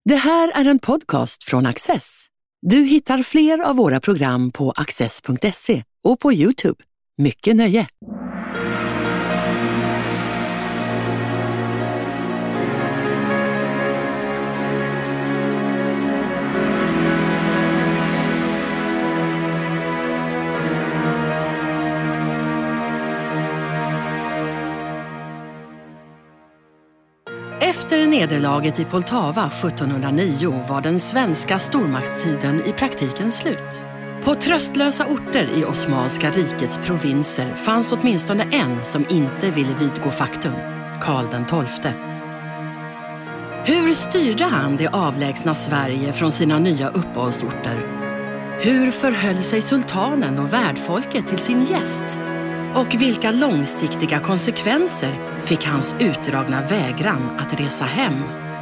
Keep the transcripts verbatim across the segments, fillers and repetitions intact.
Det här är en podcast från Access. Du hittar fler av våra program på access punkt se och på YouTube. Mycket nöje! Efter nederlaget i Poltava sjuttonhundranio var den svenska stormaktstiden i praktiken slut. På tröstlösa orter i Osmanska rikets provinser fanns åtminstone en som inte ville vidgå faktum, Karl den tolfte. Hur styrde han det avlägsna Sverige från sina nya uppehållsorter? Hur förhöll sig sultanen och värdfolket till sin gäst? Och vilka långsiktiga konsekvenser fick hans utdragna vägran att resa hem?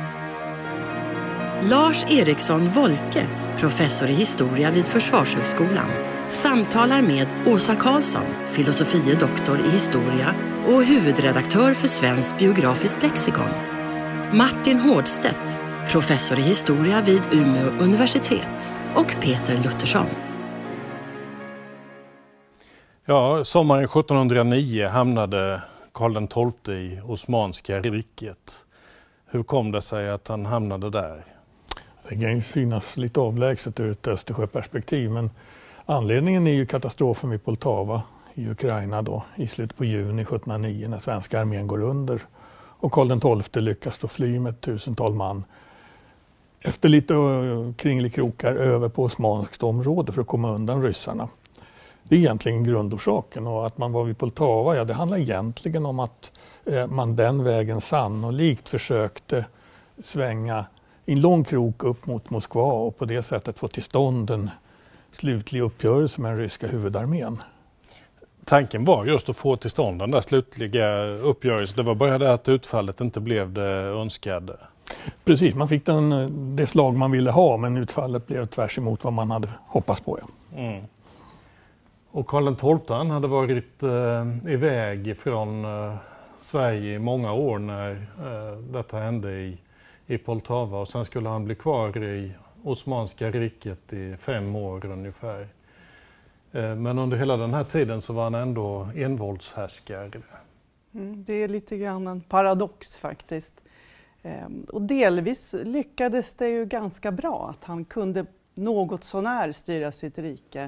Lars Eriksson Wolke, professor i historia vid Försvarshögskolan, samtalar med Åsa Karlsson, filosofie doktor i historia och huvudredaktör för Svenskt biografiskt lexikon. Martin Hårdstedt, professor i historia vid Umeå universitet, och Peter Luttersson. Ja, sommaren sjuttonhundranio hamnade Karl den tolfte i Osmanska riket. Hur kom det sig att han hamnade där? Det kan ju synas lite avlägset ur ett Östersjöperspektiv, men anledningen är ju katastrofen vid Poltava i Ukraina då, i slutet på juni sjuttonhundranio när svenska armén går under och Karl den tolfte lyckas då fly med ett tusental man efter lite kringelikrokar över på osmanskt område för att komma undan ryssarna. Det är egentligen grundorsaken, och att man var vid Poltava, ja, det handlar egentligen om att eh, man den vägen sannolikt försökte svänga i en lång krok upp mot Moskva och på det sättet få till stånd en slutlig uppgörelse med den ryska huvudarmén. Tanken var just att få till stånd den där slutliga uppgörelsen. Det var bara det att utfallet inte blev det önskade. Precis, man fick den, det slag man ville ha, men utfallet blev tvärs emot vad man hade hoppats på. Ja. Mm. Och Karl den tolfte han hade varit eh, iväg från eh, Sverige i många år när eh, detta hände i, i Poltava. Och sen skulle han bli kvar i Osmanska riket i fem år ungefär. Eh, men under hela den här tiden så var han ändå envåldshärskare. Mm, det är lite grann en paradox faktiskt. Eh, och delvis lyckades det ju ganska bra att han kunde något sånär styra sitt rike.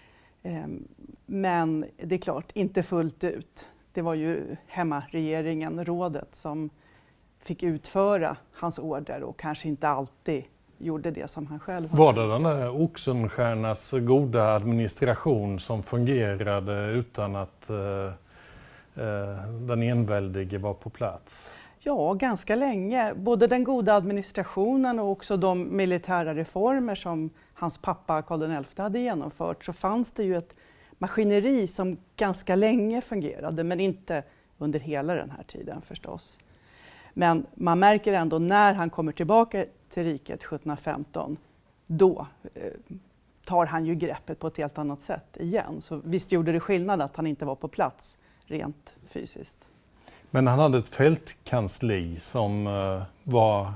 Men det är klart, inte fullt ut. Det var ju hemmaregeringen, rådet, som fick utföra hans order och kanske inte alltid gjorde det som han själv hade. Var det den där Oxenstiernas goda administration som fungerade utan att uh, uh, den enväldige var på plats? Ja, ganska länge. Både den goda administrationen och också de militära reformer som hans pappa Karl den elfte hade genomfört, så fanns det ju ett maskineri som ganska länge fungerade, men inte under hela den här tiden förstås. Men man märker ändå när han kommer tillbaka till riket sjuttonhundrafemton, då eh, tar han ju greppet på ett helt annat sätt igen. Så visst gjorde det skillnad att han inte var på plats rent fysiskt. Men han hade ett fältkansli som uh, var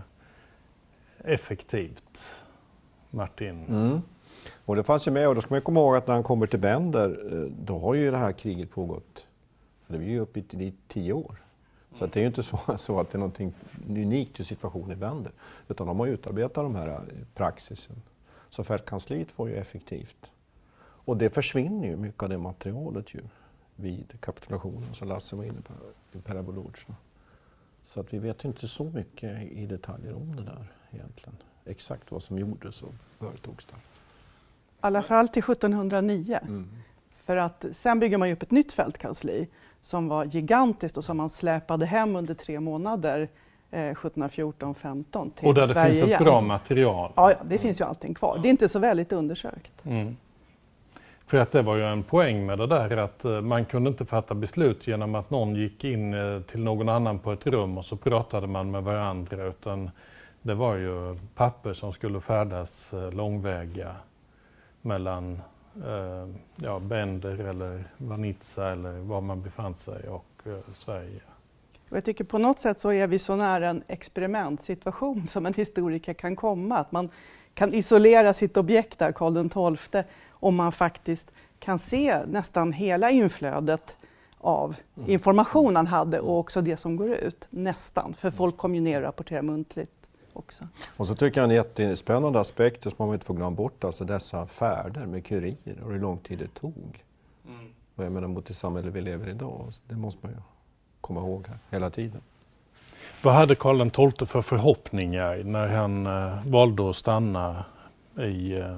effektivt, Martin. Mm. Och det fanns ju med, och då ska man komma ihåg att när han kommer till Bender, då har ju det här kriget pågått, det är ju uppe i tio år. Så att det är ju inte så, så att det är någonting unikt i situationen i Bender, utan de har utarbetat de här praxisen. Så fältkansliet var ju effektivt. Och det försvinner ju mycket av det materialet ju vid kapitulationen som Lasse var inne på i Perevoluzjna. Så att vi vet inte så mycket i detaljer om det där egentligen. Exakt vad som gjordes och företogs där. I alla fall till sjuttonhundranio. Mm. För att sen bygger man ju upp ett nytt fältkansli som var gigantiskt och som man släpade hem under tre månader eh, sjuttonhundrafjorton femton till och där Sverige det finns igen. ett bra material. Ja, ja, det finns ju allting kvar. Det är inte så väldigt undersökt. Mm. För att det var ju en poäng med det där att man kunde inte fatta beslut genom att någon gick in till någon annan på ett rum och så pratade man med varandra, utan det var ju papper som skulle färdas långväga mellan eh, ja, Bender eller Vanitsa eller var man befann sig och eh, Sverige. Och jag tycker på något sätt så är vi så nära en experimentsituation som en historiker kan komma. Att man kan isolera sitt objekt där, Karl den tolfte, om man faktiskt kan se nästan hela inflödet av information han hade och också det som går ut. Nästan, för folk kom ju ner och rapporterade muntligt också. Och så tycker jag en jättespännande aspekt som man inte får glömma bort, alltså dessa färder med kurirer och hur lång tid det tog. Mm. Och jag menar mot det samhälle vi lever i idag, det måste man ju komma ihåg här hela tiden. Vad hade Karl den tolfte för förhoppningar när han uh, valde att stanna i uh,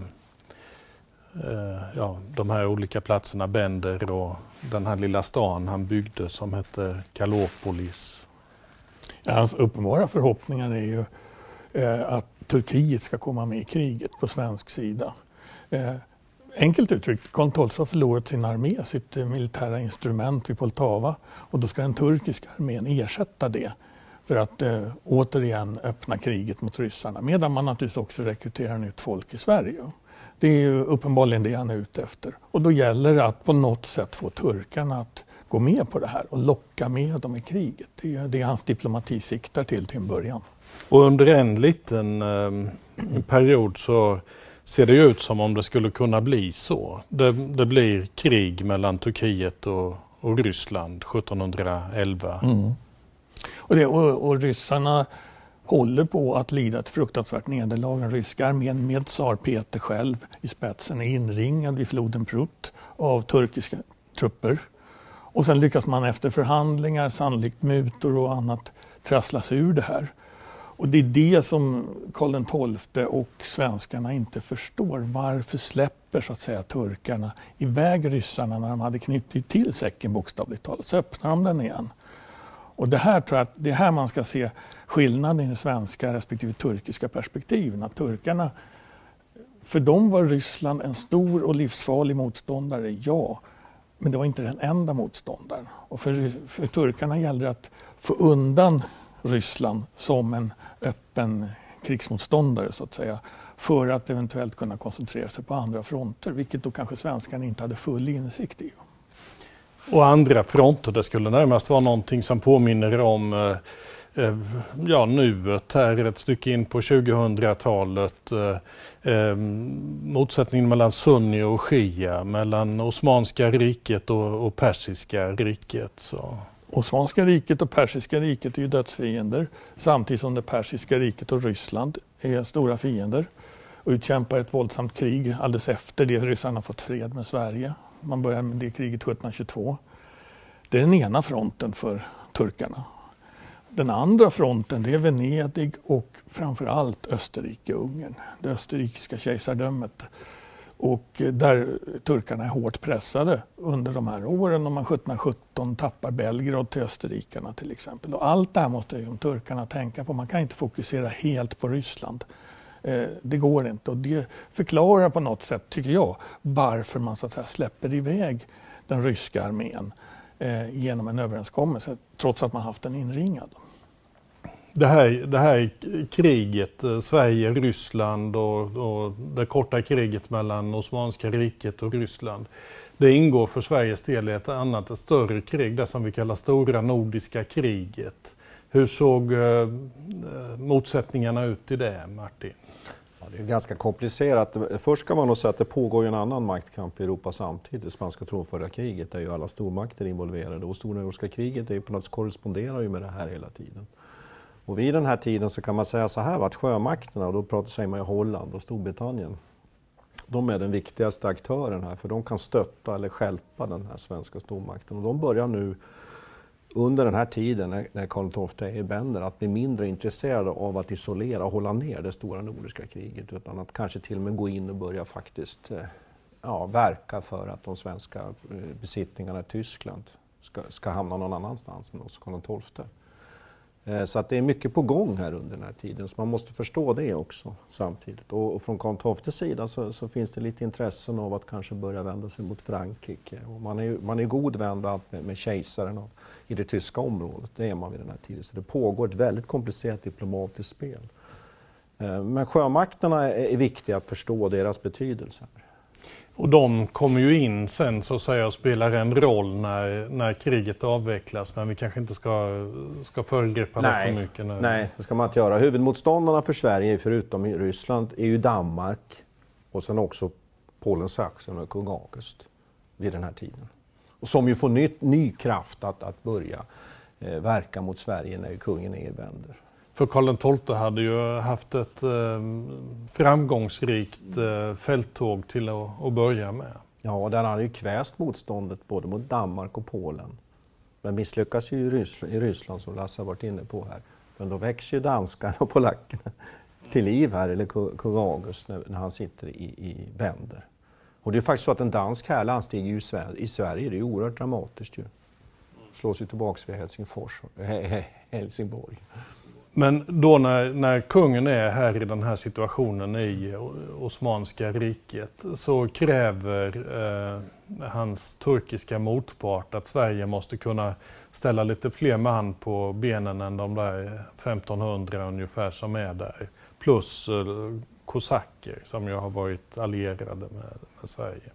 uh, ja, de här olika platserna, Bender och den här lilla stan han byggde som hette Kallopolis? Ja, hans uppenbara förhoppningar är ju eh, att Turkiet ska komma med i kriget på svensk sida. Eh, enkelt uttryckt, Karl den tolfte har förlorat sin armé, sitt eh, militära instrument vid Poltava, och då ska den turkiska armén ersätta det för att eh, återigen öppna kriget mot ryssarna, medan man naturligtvis också rekryterar nytt folk i Sverige. Det är ju uppenbarligen det han är ute efter. Och då gäller det att på något sätt få turkarna att gå med på det här och locka med dem i kriget. Det är det hans diplomati siktar till till en början. Och under en liten eh, period så ser det ju ut som om det skulle kunna bli så. Det, det blir krig mellan Turkiet och, och Ryssland sjuttonhundraelva. Mm. Och, det, och, och ryssarna håller på att lida ett fruktansvärt nederlag. Den ryska armén med tsar Peter själv i spetsen är inringad vid floden Prut av turkiska trupper. Och sen lyckas man efter förhandlingar, sannolikt mutor och annat, trassla sig ur det här. Och det är det som Karl den tolfte och svenskarna inte förstår. Varför släpper så att säga turkarna iväg ryssarna när de hade knutit till säcken bokstavligt talat? Så öppnar de den igen. Och det här tror jag att det är här man ska se skillnaden i det svenska respektive turkiska perspektiven. Att turkarna, för dem var Ryssland en stor och livsfarlig motståndare, ja. Men det var inte den enda motståndaren. Och för, för turkarna gällde det att få undan Ryssland som en öppen krigsmotståndare så att säga. För att eventuellt kunna koncentrera sig på andra fronter. Vilket då kanske svenskarna inte hade full insikt i. Och andra fronter, det skulle närmast vara någonting som påminner om eh, ja, nuet här ett stycke in på tjugohundratalet. Eh, eh, motsättningen mellan sunni och shia, mellan Osmanska riket och, och Persiska riket. Så. Osmanska riket och Persiska riket är ju dödsfiender, samtidigt som det Persiska riket och Ryssland är stora fiender och utkämpar ett våldsamt krig alldeles efter det ryssarna fått fred med Sverige. Man börjar med det kriget sjuttonhundratjugotvå. Det är den ena fronten för turkarna. Den andra fronten det är Venedig och framförallt Österrike-Ungern, det österrikiska kejsardömet. Och där turkarna är hårt pressade under de här åren. Om man sjuttonhundrasjutton tappar Belgrad till österrikarna till exempel. Och allt det här måste ju turkarna tänka på. Man kan inte fokusera helt på Ryssland. Eh, det går inte. Och det förklarar på något sätt, tycker jag, varför man så att säga släpper iväg den ryska armén eh, genom en överenskommelse. Trots att man haft den inringad. Det här, det här kriget, Sverige, Ryssland och, och det korta kriget mellan Osmanska riket och Ryssland, det ingår för Sveriges del i ett annat, ett större krig, det som vi kallar Stora Nordiska kriget. Hur såg eh, motsättningarna ut i det, Martin? Ja, det är ganska komplicerat. Först ska man nog säga att det pågår en annan maktkamp i Europa samtidigt. Det spanska tronföljarkriget där ju alla stormakter involverade och Stora Nordiska kriget är ju på något sätt korresponderar ju med det här hela tiden. Och vid den här tiden så kan man säga så här att sjömakterna, och då pratar sig man i Holland och Storbritannien, de är den viktigaste aktören här för de kan stötta eller stjälpa den här svenska stormakten. Och de börjar nu under den här tiden när Karl den tolfte är i Bender att bli mindre intresserade av att isolera och hålla ner det stora nordiska kriget utan att kanske till och med gå in och börja faktiskt ja, verka för att de svenska besittningarna i Tyskland ska, ska hamna någon annanstans än hos Karl den tolfte. Så att det är mycket på gång här under den här tiden, så man måste förstå det också samtidigt. Och, och från Karl den tolftes sida så, så finns det lite intressen av att kanske börja vända sig mot Frankrike. Och man är, man är god vän med, med kejsaren av, i det tyska området, det är man vid den här tiden. Så det pågår ett väldigt komplicerat diplomatiskt spel. Men sjömakterna är, är viktiga att förstå deras betydelse. Och de kommer ju in sen så att säga och spelar en roll när, när kriget avvecklas, men vi kanske inte ska, ska föregripa det för mycket nu. Nej, det ska man inte göra. Huvudmotståndarna för Sverige, förutom i Ryssland, är ju Danmark och sen också Polen, Sachsen och kung August vid den här tiden. Och som ju får ny, ny kraft att, att börja eh, verka mot Sverige när kungen nedvänder. För Karl den tolfte hade ju haft ett eh, framgångsrikt eh, fälttåg till att, att börja med. Ja, och den hade ju kväst motståndet både mot Danmark och Polen. Men misslyckas ju i Ryssland, i Ryssland som Lasse har varit inne på här. Men då växer ju danskarna och polackerna till liv här, eller kung August, när, när han sitter i, i vänder. Och det är faktiskt så att en dansk här landstiger ju i Sverige, det är ju oerhört dramatiskt ju. Slås ju tillbaks vid Helsingfors, Helsingborg. Men då när, när kungen är här i den här situationen i Osmanska riket så kräver eh, hans turkiska motpart att Sverige måste kunna ställa lite fler man på benen än de där femtonhundra ungefär som är där. Plus eh, kosacker som ju har varit allierade med, med Sverige.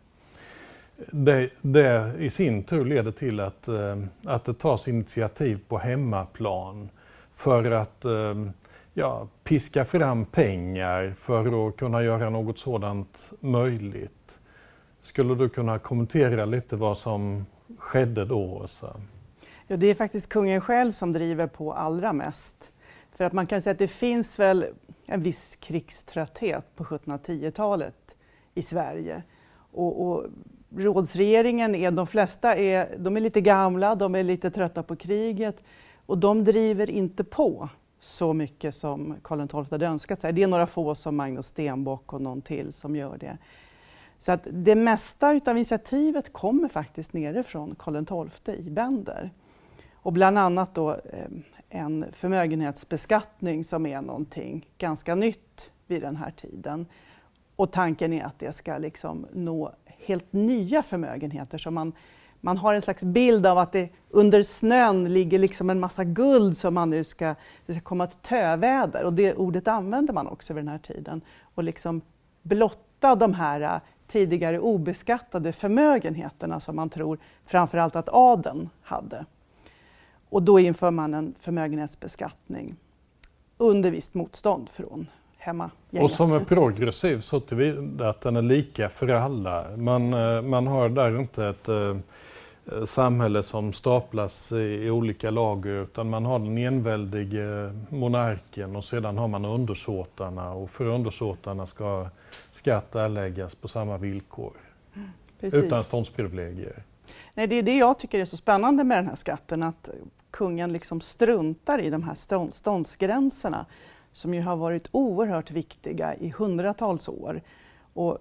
Det, det i sin tur leder till att, eh, att det tas initiativ på hemmaplan för att eh, ja, piska fram pengar för att kunna göra något sådant möjligt. Skulle du kunna kommentera lite vad som skedde då? Så? Ja, det är faktiskt kungen själv som driver på allra mest. För att man kan säga att det finns väl en viss krigströtthet på sjuttonhundratio-talet i Sverige. Och, och rådsregeringen, är, de flesta är, de är lite gamla, de är lite trötta på kriget. Och de driver inte på så mycket som Karl den tolfte hade önskat sig. Det är några få som Magnus Stenbock och någon till som gör det. Så att det mesta utav initiativet kommer faktiskt nerifrån Karl den tolfte i Bender. Och bland annat då en förmögenhetsbeskattning som är någonting ganska nytt vid den här tiden. Och tanken är att det ska liksom nå helt nya förmögenheter som man Man har en slags bild av att det under snön ligger liksom en massa guld som man nu ska, det ska komma ett töväder. Och det ordet använder man också vid den här tiden. Och liksom blotta de här tidigare obeskattade förmögenheterna som man tror framförallt att adeln hade. Och då inför man en förmögenhetsbeskattning under visst motstånd från hemmagänget. Och som är progressiv så tillvida att den är lika för alla. Man, man har där inte ett samhälle som staplas i olika lager utan man har den enväldige monarken och sedan har man undersåtarna och för undersåtarna ska skatt erläggas på samma villkor. Precis. Utan ståndsprivilegier. Nej, det är det jag tycker är så spännande med den här skatten, att kungen liksom struntar i de här stånd, ståndsgränserna som ju har varit oerhört viktiga i hundratals år. Och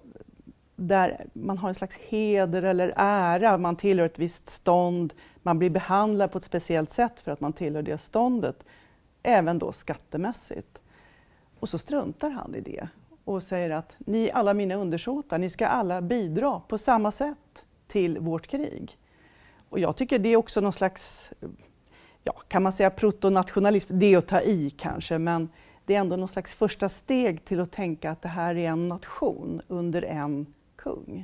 där man har en slags heder eller ära, man tillhör ett visst stånd, man blir behandlad på ett speciellt sätt för att man tillhör det ståndet, även då skattemässigt. Och så struntar han i det och säger att ni alla mina undersåtar, ni ska alla bidra på samma sätt till vårt krig. Och jag tycker det är också någon slags, ja, kan man säga protonationalism, det är att ta i kanske, men det är ändå någon slags första steg till att tänka att det här är en nation under en kung.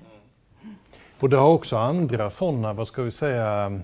Och det har också andra sådana, vad ska vi säga,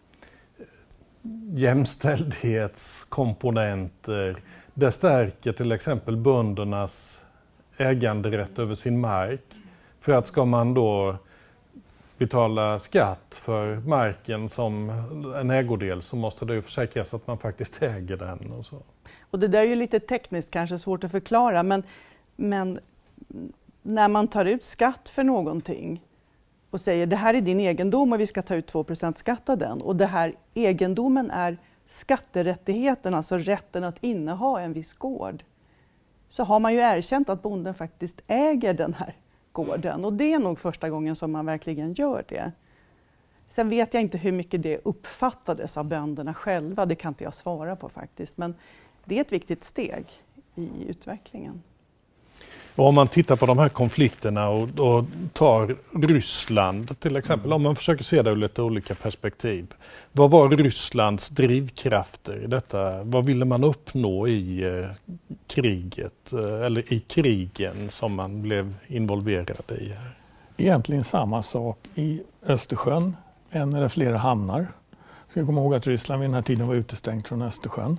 jämställdhetskomponenter. Det stärker till exempel böndernas äganderätt över sin mark. För att ska man då betala skatt för marken som en ägodel så måste det ju försäkras att man faktiskt äger den och så. Och det där är ju lite tekniskt kanske svårt att förklara, men, men när man tar ut skatt för någonting och säger det här är din egendom och vi ska ta ut två procent skatt av den, och det här egendomen är skatterättigheten, alltså rätten att inneha en viss gård, så har man ju erkänt att bonden faktiskt äger den här gården, och det är nog första gången som man verkligen gör det. Sen vet jag inte hur mycket det uppfattades av bönderna själva, det kan inte jag svara på faktiskt, men det är ett viktigt steg i utvecklingen. Och om man tittar på de här konflikterna och, och tar Ryssland till exempel, om man försöker se det ur lite olika perspektiv. Vad var Rysslands drivkrafter i detta? Vad ville man uppnå i eh, kriget, eh, eller i krigen som man blev involverad i här? egentligen samma sak i Östersjön, en eller flera hamnar. Ska komma ihåg att Ryssland vid den här tiden var utestängt från Östersjön.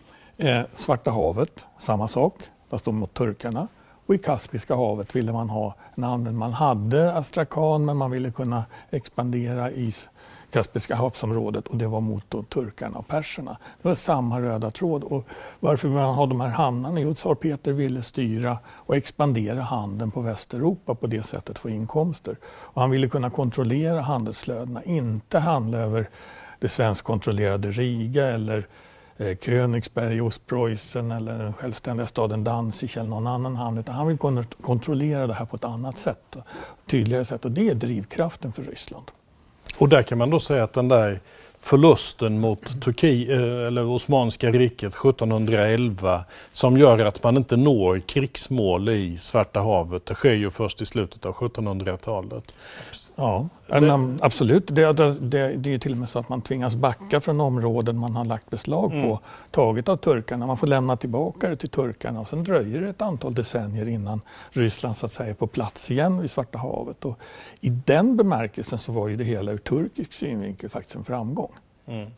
Eh, Svarta havet, samma sak, fast då mot turkarna. Och i Kaspiska havet ville man ha en annan. Man hade Astrakhan, men man ville kunna expandera i Kaspiska havsområdet, och det var mot då turkarna och perserna. Det var samma röda tråd. Och varför man har de här hamnarna? Jo, tsar Peter ville styra och expandera handeln på Västeuropa, på det sättet få inkomster. Och han ville kunna kontrollera handelsflödena, inte handla över det svenskkontrollerade Riga eller eh, Königsberg i Ostpreussen eller den självständiga staden Danzig eller någon annan hamn, utan han vill kunna kontrollera det här på ett annat sätt, tydligare sätt, och det är drivkraften för Ryssland. Och där kan man då säga att den där förlusten mot Turkiet, eller Osmanska riket sjuttonhundraelva, som gör att man inte når krigsmål i Svarta havet, det sker ju först i slutet av sjuttonhundratalet. Ja, det... absolut. Det, det, det, det är till och med så att man tvingas backa från områden man har lagt beslag på, mm. taget av turkarna. Man får lämna tillbaka det till turkarna, och sen dröjer det ett antal decennier innan Ryssland så att säga är på plats igen vid Svarta havet. Och i den bemärkelsen så var ju det hela ur turkisk synvinkel faktiskt en framgång. Mm.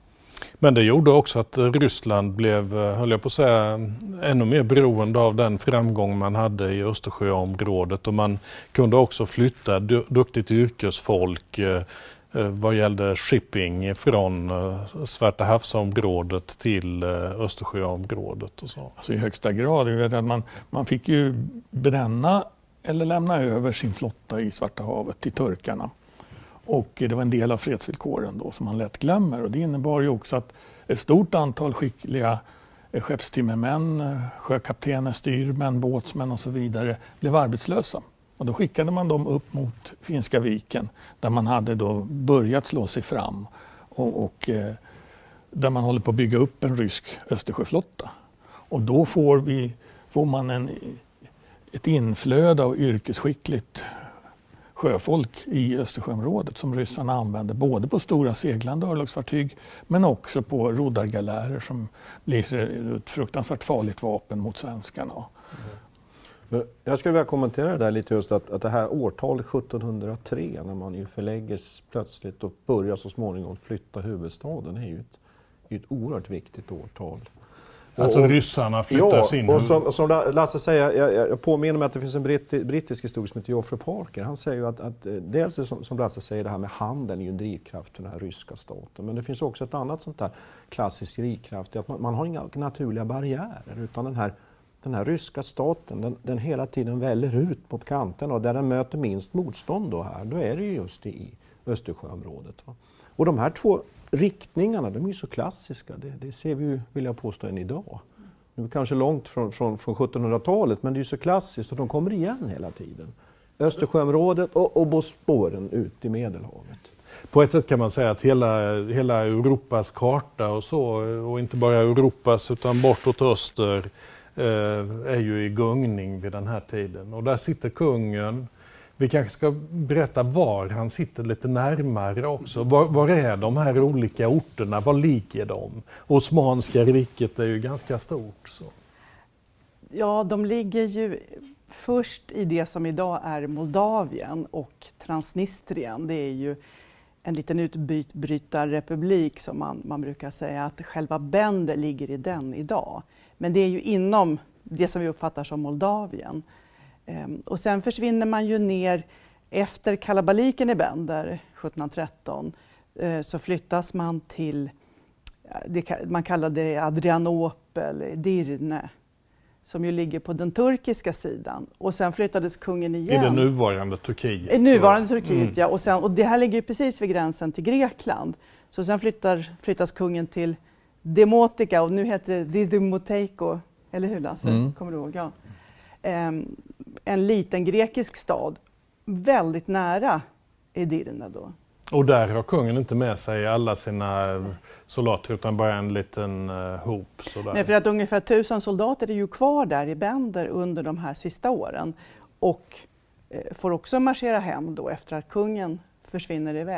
Men det gjorde också att Ryssland blev, höll jag på att säga, ännu mer beroende av den framgång man hade i Östersjöområdet, och man kunde också flytta du- duktigt yrkesfolk eh, vad gällde shipping från eh, Svarta havsområdet till eh, Östersjöområdet och så. Alltså i högsta grad. Jag vet att man, man fick ju bränna eller lämna över sin flotta i Svarta havet till turkarna. Och det var en del av fredsvillkoren då som man lätt glömmer. Och det innebar ju också att ett stort antal skickliga skeppstimmermän, sjökaptener, styrmän, båtsmän och så vidare blev arbetslösa. Och då skickade man dem upp mot Finska viken, där man hade då börjat slå sig fram och, och eh, där man håller på att bygga upp en rysk Östersjöflotta. Och då får, vi, får man en, ett inflöde av yrkesskickligt sjöfolk i Östersjöområdet som ryssarna använde både på stora seglande örlogsfartyg men också på roddargalärer som blir ett fruktansvärt farligt vapen mot svenskarna. Mm. Jag skulle vilja kommentera det där lite, just att, att det här årtalet sjuttonhundratre, när man ju förlägger plötsligt och börjar så småningom flytta huvudstaden, är ju ett, ett oerhört viktigt årtal. Alltså och, ryssarna flyttar ja, sin... och som, som Lasse säger, jag, jag påminner mig att det finns en britt, brittisk historiker som heter Geoffrey Parker. Han säger ju att, att dels är som, som Lasse säger, det här med handeln är ju en drivkraft för den här ryska staten. Men det finns också ett annat sånt där klassiskt drivkraft, att man, man har inga naturliga barriärer, utan den här, den här ryska staten, den, den hela tiden väller ut mot kanten, och där den möter minst motstånd då här, då är det ju just i Östersjöområdet. Va? Och de här två riktningarna, de är ju så klassiska, det, det ser vi ju, vill jag påstå, än idag. Nu är kanske långt från, från, från sjuttonhundratalet, men det är ju så klassiskt och de kommer igen hela tiden. Östersjöområdet och, och Bosporen ut i Medelhavet. På ett sätt kan man säga att hela, hela Europas karta och så, och inte bara Europas utan bortåt öster, eh, är ju i gungning vid den här tiden. Och där sitter kungen. Vi kanske ska berätta var han sitter lite närmare också. Var, var är de här olika orterna? Var ligger de? Osmanska riket är ju ganska stort. Så. Ja, de ligger ju först i det som idag är Moldavien och Transnistrien. Det är ju en liten utbrytarrepublik som man, man brukar säga, att själva Bender ligger i den idag. Men det är ju inom det som vi uppfattar som Moldavien. Och sen försvinner man ju ner efter kalabaliken i Bender sjuttonhundratretton, så flyttas man till, man kallar det Adrianopel, Dirne, som ju ligger på den turkiska sidan. Och sen flyttades kungen igen. I det nuvarande Turkiet. I nuvarande Turkiet, mm. ja. Och, sen, och det här ligger ju precis vid gränsen till Grekland. Så sen flyttar, flyttas kungen till Demotika, och nu heter det Didymoteiko, eller hur Lasse? Mm. Kommer du ihåg? Ja. Um, en liten grekisk stad, väldigt nära Edirne då. Och där har kungen inte med sig alla sina soldater utan bara en liten uh, hop. Sådär. Nej, för att ungefär tusen soldater är ju kvar där i Bender under de här sista åren. Och eh, får också marschera hem då efter att kungen försvinner iväg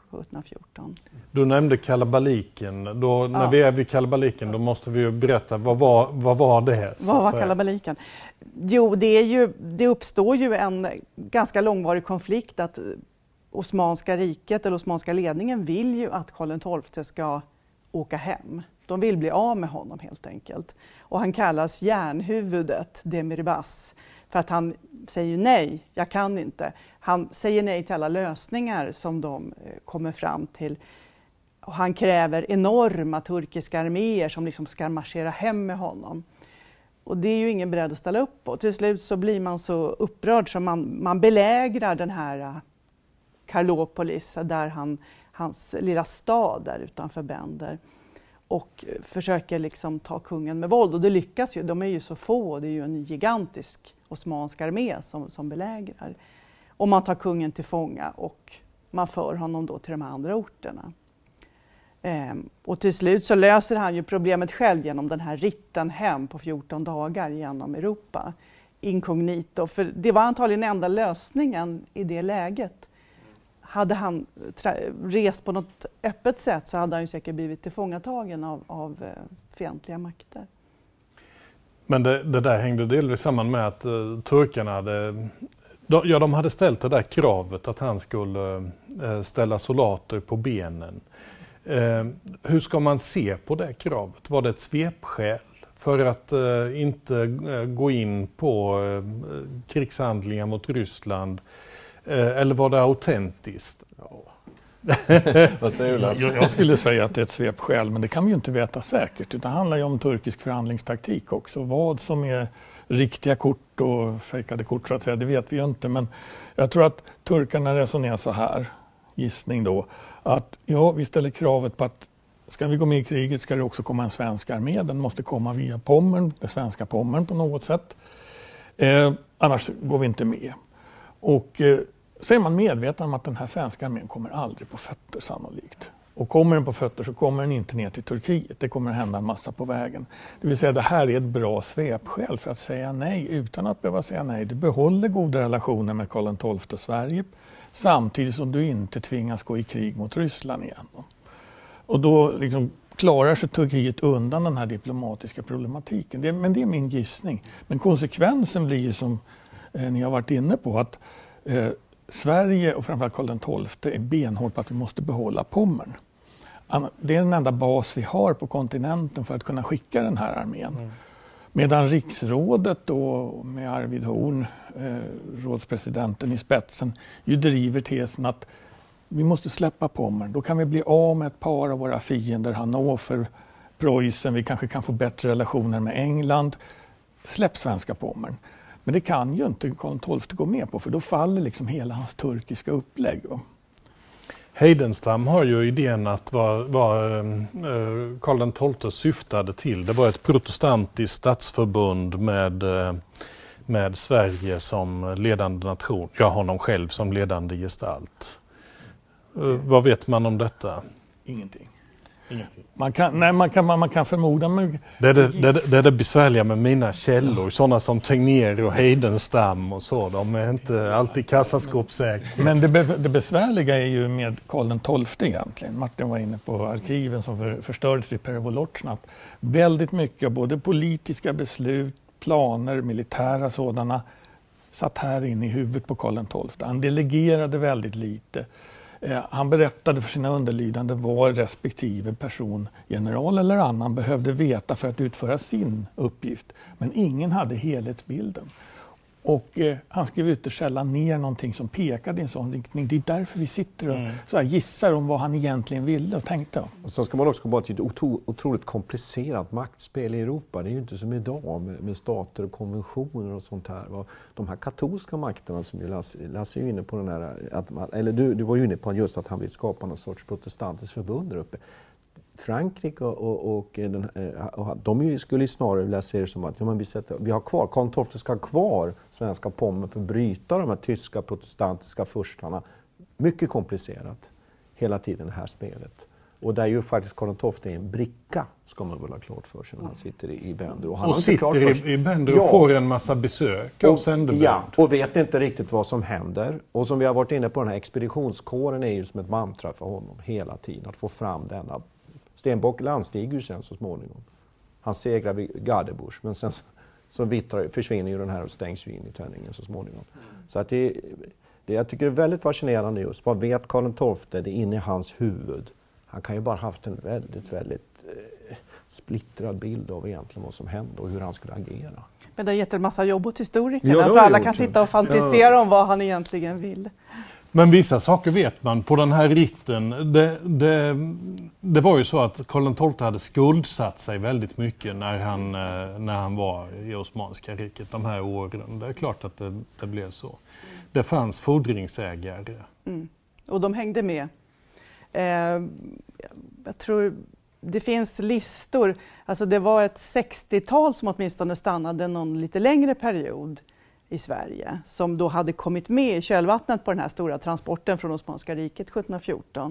sjuttonhundrafjorton. Du nämnde kalabaliken. Då, när Ja. vi är vid kalabaliken då måste vi ju berätta, vad var, vad var det? Så Vad var att säga? kalabaliken? Jo, det, är ju, det uppstår ju en ganska långvarig konflikt att Osmanska riket eller Osmanska ledningen vill ju att Karl den tolfte ska åka hem. De vill bli av med honom helt enkelt. Och han kallas järnhuvudet, Demirbas, för att han säger nej, jag kan inte. Han säger nej till alla lösningar som de kommer fram till. Och han kräver enorma turkiska arméer som liksom ska marschera hem med honom. Och det är ju ingen beredd att ställa upp på. Till slut så blir man så upprörd så man, man belägrar den här Karlopolis, där han, hans lilla stad där utanför Bender, och försöker liksom ta kungen med våld. Och det lyckas ju, de är ju så få, det är ju en gigantisk osmansk armé som, som belägrar. Och man tar kungen till fånga och man för honom då till de här andra orterna. Ehm, och till slut så löser han ju problemet själv genom den här ritten hem på fjorton dagar genom Europa, inkognito. För det var antagligen den enda lösningen i det läget. Hade han rest på något öppet sätt så hade han ju säkert blivit tillfångatagen av, av fientliga makter. Men det, det där hängde delvis samman med att uh, turkarna hade, de, ja, de hade ställt det där kravet att han skulle uh, ställa soldater på benen. Uh, hur ska man se på det kravet? Var det ett svepskäl för att uh, inte uh, gå in på uh, krigshandlingar mot Ryssland? Eller var det autentiskt? Ja. Vad säger du, Lasse? Jag, jag skulle säga att det är ett svepskäl, men det kan vi ju inte veta säkert. Utan det handlar ju om turkisk förhandlingstaktik också. Vad som är riktiga kort och fejkade kort så att säga, det vet vi ju inte. Men jag tror att turkarna resonerar så här, gissning då, att ja, vi ställer kravet på att ska vi gå med i kriget ska det också komma en svensk armé. Den måste komma via Pommern, det svenska Pommern på något sätt. Eh, annars går vi inte med. Och eh, så är man medveten om att den här svenska armén kommer aldrig på fötter sannolikt. Och kommer den på fötter så kommer den inte ner till Turkiet. Det kommer att hända en massa på vägen. Det vill säga det här är ett bra svepskäl för att säga nej utan att behöva säga nej. Du behåller goda relationer med Karl den tolfte och Sverige samtidigt som du inte tvingas gå i krig mot Ryssland igen. Och då liksom klarar sig Turkiet undan den här diplomatiska problematiken. Det, men det är min gissning. Men konsekvensen blir ju som eh, ni har varit inne på att eh, Sverige och framförallt Karl den tolfte är benhårt på att vi måste behålla Pommern. Det är den enda bas vi har på kontinenten för att kunna skicka den här armén. Mm. Medan riksrådet då med Arvid Horn, eh, rådspresidenten i spetsen, ju driver tesen att vi måste släppa Pommern. Då kan vi bli av med ett par av våra fiender, Hannover, Preussen, vi kanske kan få bättre relationer med England. Släpp svenska Pommern. Men det kan ju inte Karl den tolfte gå med på, för då faller liksom hela hans turkiska upplägg. Heidenstam har ju idén att vad, vad eh, Karl den tolfte syftade till. Det var ett protestantiskt statsförbund med, eh, med Sverige som ledande nation. Jag har honom själv som ledande gestalt. Eh, vad vet man om detta? Ingenting. Ingenting. Man kan, nej, man kan, man, man kan förmoda... Men... Det, är det, det, det är det besvärliga med mina källor, sådana som Tegnér och Heidenstam och så. De är inte alltid kassaskåpssäkra. Men det, be, det besvärliga är ju med Karl den tolfte egentligen. Martin var inne på arkiven som för, förstördes i Perevolotsjna. Väldigt mycket av både politiska beslut, planer, militära sådana satt här inne i huvudet på Karl den tolfte. Han delegerade väldigt lite. Han berättade för sina underlydande vad respektive person, general eller annan, behövde veta för att utföra sin uppgift. Men ingen hade helhetsbilden. Och eh, han skrev ytterst sällan ner någonting som pekade i en sån riktning. Det är därför vi sitter och mm. så här gissar om vad han egentligen ville och tänkte. Och så ska man också komma till ett otro, otroligt komplicerat maktspel i Europa. Det är ju inte som idag med, med stater och konventioner och sånt här. Och de här katolska makterna som ju Lasse, Lasse är ju inne på den här, att man, eller du, du var ju inne på just att han vill skapa någon sorts protestantiskt förbund där uppe. Frankrike och, och, och, den, och de skulle snarare vilja se det som att ja, men vi, sätter, vi har kvar, Karl den tolfte ska ha kvar svenska Pommern för att bryta de här tyska protestantiska furstarna. Mycket komplicerat hela tiden det här spelet. Och där är ju faktiskt Karl tolfte en bricka, ska man väl ha klart för sig när han sitter i, i Bender. Och, han och sitter i, i Bender och ja. får en massa besök av sändebud. Ja, och vet inte riktigt vad som händer. Och som vi har varit inne på, den här expeditionskåren är ju som ett mantra för honom hela tiden. Att få fram denna. Stenbock landstiger ju sen så småningom. Han segrar vid Gardebusch, men sen så vittrar, försvinner ju den här och stängs ju in i Tönningen så småningom. Mm. Så att det, det jag tycker är väldigt fascinerande just, vad vet Karl tolfte, det är inne i hans huvud. Han kan ju bara haft en väldigt, väldigt eh, splittrad bild av egentligen vad som hände och hur han skulle agera. Men det har gett en massa jobb åt historikerna, ja, för alla kan sitta och fantisera ja. om vad han egentligen vill. Men vissa saker vet man. På den här ritten, det, det, det var ju så att Karl tolfte hade skuldsatt sig väldigt mycket när han, när han var i Osmanska riket de här åren. Det är klart att det, det blev så. Det fanns fordringsägare. Mm. Och de hängde med. Eh, jag tror det finns listor, alltså det var ett sextiotal som åtminstone stannade någon lite längre period i Sverige, som då hade kommit med i kölvattnet på den här stora transporten från Osmanska riket sjuttonhundrafjorton.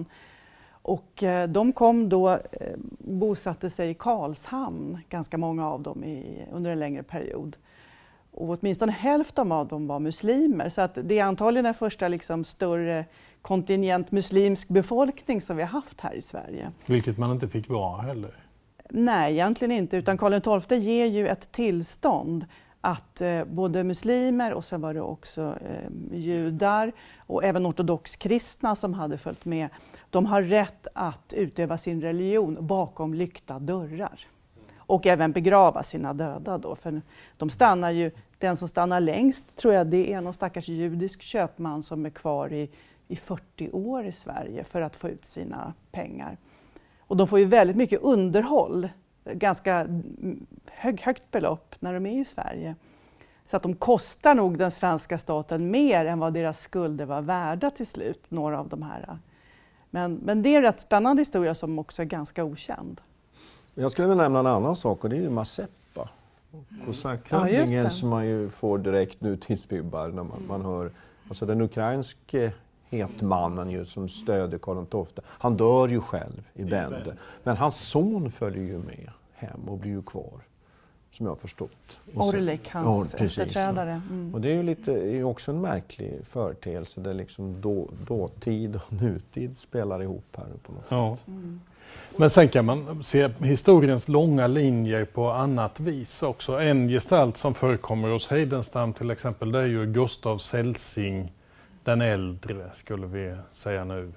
Och eh, de kom då, eh, bosatte sig i Karlshamn, ganska många av dem i, under en längre period. Och åtminstone hälften av dem var muslimer, så att det är antagligen den första liksom, större kontingent muslimsk befolkning som vi har haft här i Sverige. Vilket man inte fick vara heller? Nej, egentligen inte, utan Karl tolfte ger ju ett tillstånd att eh, både muslimer och sen var det också eh, judar och även ortodoxkristna som hade följt med, de har rätt att utöva sin religion bakom lyckta dörrar. Och även begrava sina döda då, för de stannar ju, den som stannar längst tror jag det är någon stackars judisk köpman som är kvar i, i fyrtio år i Sverige för att få ut sina pengar. Och de får ju väldigt mycket underhåll, ganska hög, högt belopp när de är i Sverige. Så att de kostar nog den svenska staten mer än vad deras skulder var värda till slut, några av de här. Men, men det är en rätt spännande historia som också är ganska okänd. Jag skulle vilja nämna en annan sak och det är ju Mazeppa. Kosakhövdingen ja, som man ju får direkt nutidsvibbar när man, man hör. Alltså den ukrainske hetmannen ju som stödjer Karl tolfte. Han dör ju själv i Bender. Men hans son följer ju med hem och blir ju kvar. Som jag har förstått. Orlik, hans ja, efterträdare. Mm. Och det är ju lite, är ju också en märklig företeelse där liksom då, dåtid och nutid spelar ihop här på något ja. sätt. Mm. Men sen kan man se historiens långa linjer på annat vis också. En gestalt som förekommer hos Heidenstam till exempel, det är ju Gustav Celsing den äldre, skulle vi säga nu.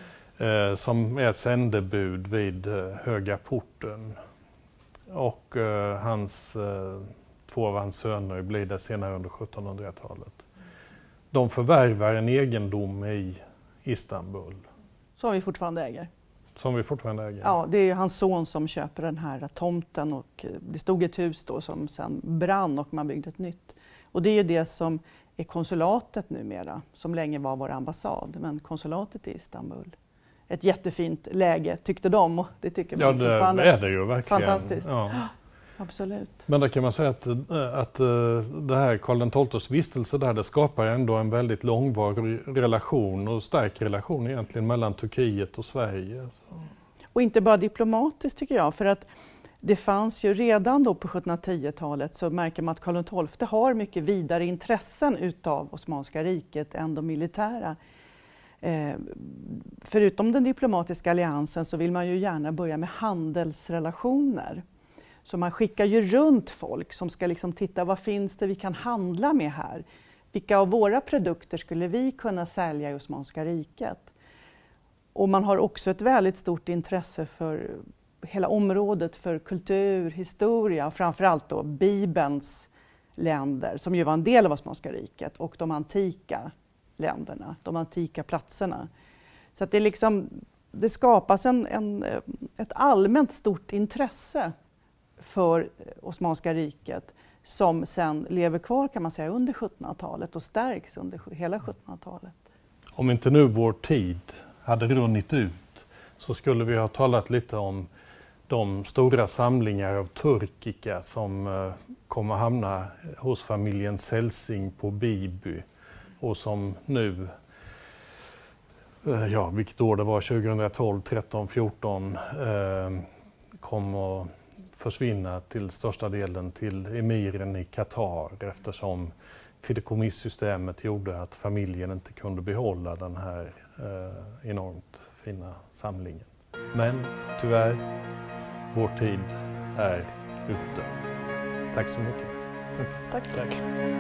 Eh, som är sändebud vid eh, Höga porten. Och eh, hans, eh, två av hans söner blir det senare under sjuttonhundratalet. De förvärvar en egendom i Istanbul. Som vi fortfarande äger. Som vi fortfarande äger. Ja, det är ju hans son som köper den här tomten och det stod ett hus då som sen brann och man byggde ett nytt. Och det är ju det som är konsulatet numera, som länge var vår ambassad, men konsulatet i Istanbul. Ett jättefint läge tyckte de och det tycker man ja, det fortfarande är det ju verkligen. Fantastiskt. Ja. Absolut. Men där kan man säga att, att det här Karl tolftes vistelse där, det skapar ändå en väldigt långvarig relation och stark relation egentligen mellan Turkiet och Sverige. Så. Och inte bara diplomatiskt tycker jag, för att det fanns ju redan då på sjuttonhundratiotalet så märker man att Karl tolfte har mycket vidare intressen utav Osmanska riket än de militära. Eh, förutom den diplomatiska alliansen så vill man ju gärna börja med handelsrelationer. Så man skickar ju runt folk som ska liksom titta vad finns det vi kan handla med här. Vilka av våra produkter skulle vi kunna sälja i Osmanska riket? Och man har också ett väldigt stort intresse för hela området för kultur, historia och framförallt då Bibelns länder som ju var en del av Osmanska riket och de antika länderna, de antika platserna. Så att det, liksom, det skapas en, en, ett allmänt stort intresse för Osmanska riket som sen lever kvar kan man säga under sjuttonhundratalet och stärks under hela sjuttonhundratalet. Om inte nu vår tid hade runnit ut så skulle vi ha talat lite om de stora samlingar av turkika som uh, kommer hamna hos familjen Celsing på Biby och som nu ja, vilket år det var, tjugohundratolv, tretton, fjorton, eh, kom att försvinna till största delen till emiren i Qatar eftersom fideikommissystemet gjorde att familjen inte kunde behålla den här eh, enormt fina samlingen. Men tyvärr, vår tid är ute. Tack så mycket. Tack. Tack.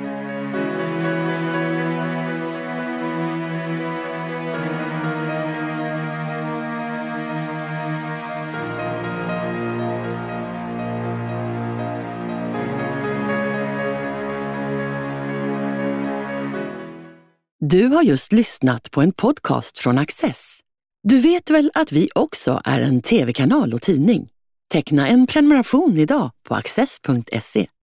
Du har just lyssnat på en podcast från Access. Du vet väl att vi också är en tv-kanal och tidning? Teckna en prenumeration idag på access punkt se.